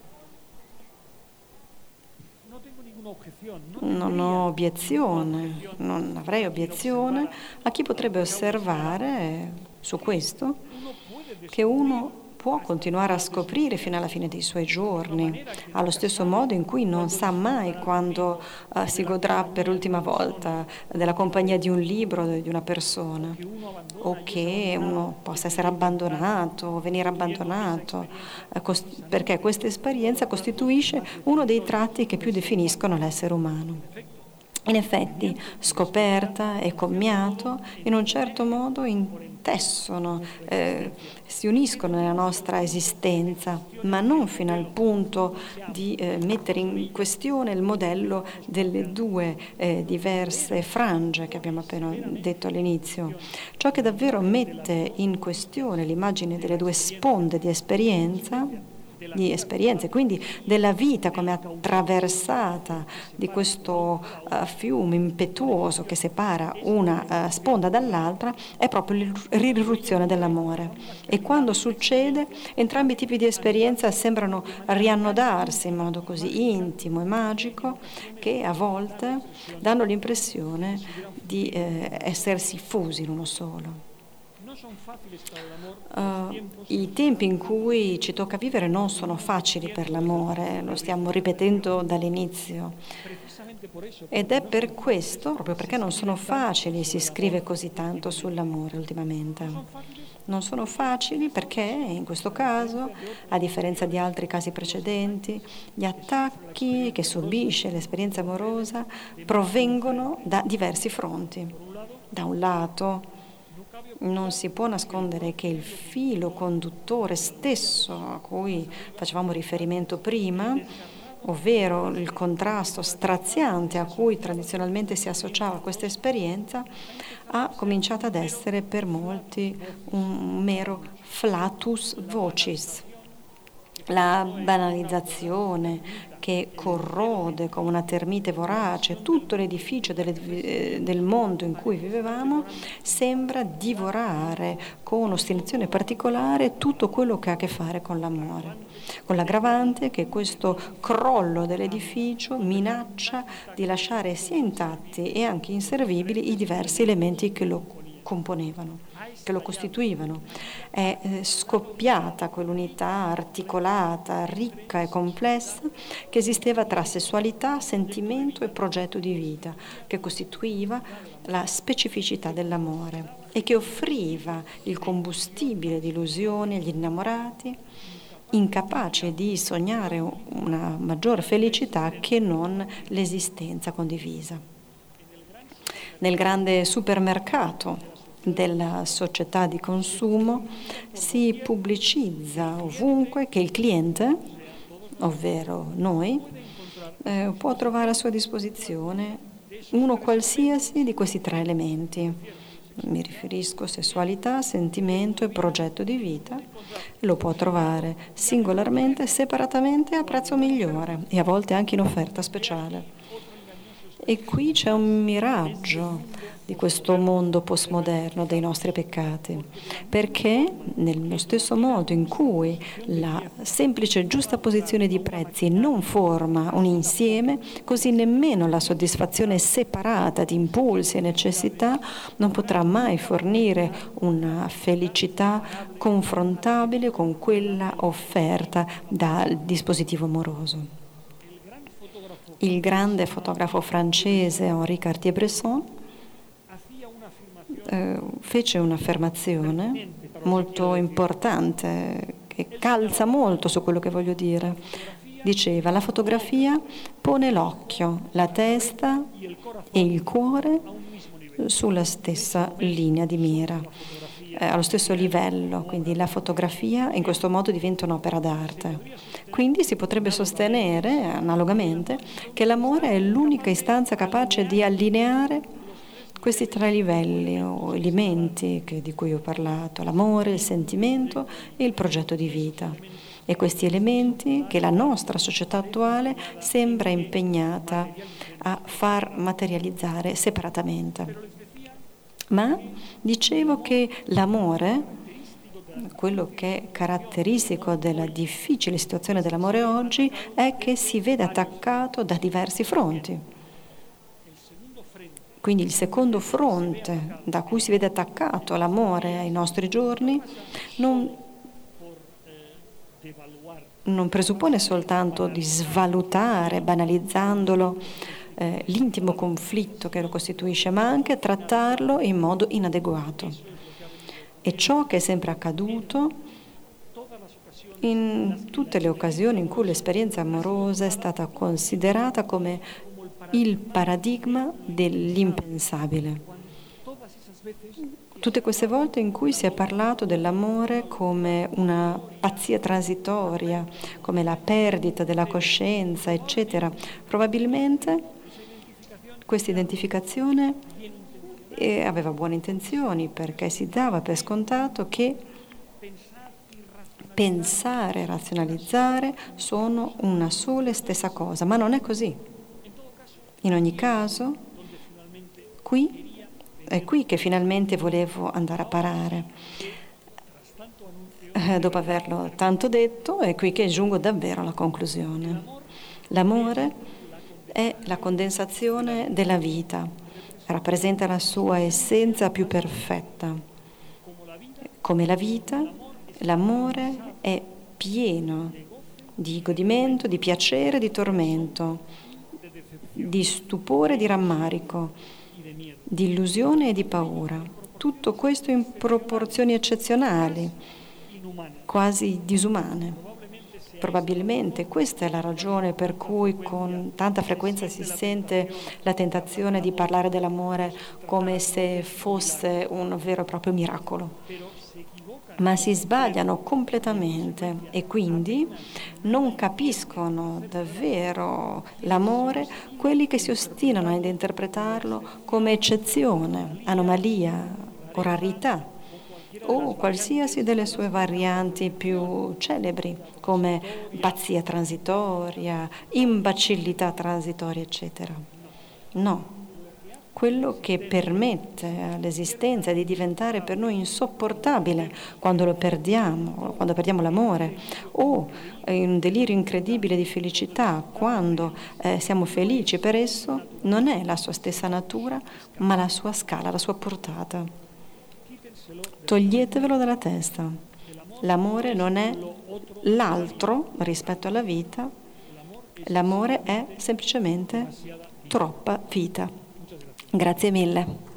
Non ho obiezione, non avrei obiezione a chi potrebbe osservare su questo che uno può continuare a scoprire fino alla fine dei suoi giorni, allo stesso modo in cui non sa mai quando uh, si godrà per l'ultima volta della compagnia di un libro o di una persona, o che uno possa essere abbandonato o venire abbandonato, uh, cost- perché questa esperienza costituisce uno dei tratti che più definiscono l'essere umano. In effetti, scoperta e commiato, in un certo modo intessono, eh, si uniscono nella nostra esistenza, ma non fino al punto di eh, mettere in questione il modello delle due eh, diverse frange che abbiamo appena detto all'inizio. Ciò che davvero mette in questione l'immagine delle due sponde di esperienza, di esperienze, quindi della vita come attraversata di questo uh, fiume impetuoso che separa una uh, sponda dall'altra, è proprio l'irruzione dell'amore. E quando succede, entrambi i tipi di esperienza sembrano riannodarsi in modo così intimo e magico che a volte danno l'impressione di eh, essersi fusi in uno solo. Uh, I tempi in cui ci tocca vivere non sono facili per l'amore, lo stiamo ripetendo dall'inizio. Ed è per questo, proprio perché non sono facili, si scrive così tanto sull'amore ultimamente. Non sono facili perché, in questo caso, a differenza di altri casi precedenti, gli attacchi che subisce l'esperienza amorosa provengono da diversi fronti. Da un lato, non si può nascondere che il filo conduttore stesso a cui facevamo riferimento prima, ovvero il contrasto straziante a cui tradizionalmente si associava questa esperienza, ha cominciato ad essere per molti un mero flatus vocis. La banalizzazione che corrode come una termite vorace tutto l'edificio delle, del mondo in cui vivevamo sembra divorare con ostinazione particolare tutto quello che ha a che fare con l'amore, con l'aggravante che questo crollo dell'edificio minaccia di lasciare sia intatti e anche inservibili i diversi elementi che lo componevano, che lo costituivano. È eh, scoppiata quell'unità articolata, ricca e complessa che esisteva tra sessualità, sentimento e progetto di vita, che costituiva la specificità dell'amore e che offriva il combustibile di illusioni agli innamorati, incapaci di sognare una maggior felicità che non l'esistenza condivisa. Nel grande supermercato della società di consumo si pubblicizza ovunque che il cliente, ovvero noi, eh, può trovare a sua disposizione uno qualsiasi di questi tre elementi. Mi riferisco a sessualità, sentimento e progetto di vita. Lo può trovare singolarmente, separatamente a prezzo migliore e a volte anche in offerta speciale. E qui c'è un miraggio di questo mondo postmoderno dei nostri peccati, perché nello stesso modo in cui la semplice giusta posizione di prezzi non forma un insieme, così nemmeno la soddisfazione separata di impulsi e necessità non potrà mai fornire una felicità confrontabile con quella offerta dal dispositivo amoroso. Il grande fotografo francese Henri Cartier-Bresson eh, fece un'affermazione molto importante che calza molto su quello che voglio dire. Diceva: la fotografia pone l'occhio, la testa e il cuore sulla stessa linea di mira, eh, allo stesso livello, quindi la fotografia in questo modo diventa un'opera d'arte. Quindi si potrebbe sostenere, analogamente, che l'amore è l'unica istanza capace di allineare questi tre livelli o elementi che, di cui ho parlato: l'amore, il sentimento e il progetto di vita. E questi elementi che la nostra società attuale sembra impegnata a far materializzare separatamente. Ma dicevo che l'amore, quello che è caratteristico della difficile situazione dell'amore oggi, è che si vede attaccato da diversi fronti. Quindi il secondo fronte da cui si vede attaccato l'amore ai nostri giorni non, non presuppone soltanto di svalutare, banalizzandolo, eh, l'intimo conflitto che lo costituisce, ma anche trattarlo in modo inadeguato. E ciò che è sempre accaduto in tutte le occasioni in cui l'esperienza amorosa è stata considerata come il paradigma dell'impensabile. Tutte queste volte in cui si è parlato dell'amore come una pazzia transitoria, come la perdita della coscienza, eccetera, probabilmente questa identificazione e aveva buone intenzioni, perché si dava per scontato che pensare e razionalizzare sono una sola e stessa cosa, ma non è così. In ogni caso, qui è qui che finalmente volevo andare a parare. Eh, dopo averlo tanto detto, è qui che giungo davvero alla conclusione. L'amore è la condensazione della vita, rappresenta la sua essenza più perfetta. Come la vita, l'amore è pieno di godimento, di piacere, di tormento, di stupore e di rammarico, di illusione e di paura. Tutto questo in proporzioni eccezionali, quasi disumane. Probabilmente questa è la ragione per cui con tanta frequenza si sente la tentazione di parlare dell'amore come se fosse un vero e proprio miracolo. Ma si sbagliano completamente e quindi non capiscono davvero l'amore quelli che si ostinano ad interpretarlo come eccezione, anomalia o rarità, o qualsiasi delle sue varianti più celebri, come pazzia transitoria, imbecillità transitoria, eccetera. No. Quello che permette all'esistenza di diventare per noi insopportabile quando lo perdiamo, quando perdiamo l'amore, o in un delirio incredibile di felicità quando eh, siamo felici per esso, non è la sua stessa natura, ma la sua scala, la sua portata. Toglietevelo dalla testa. L'amore non è l'altro rispetto alla vita, l'amore è semplicemente troppa vita. Grazie mille.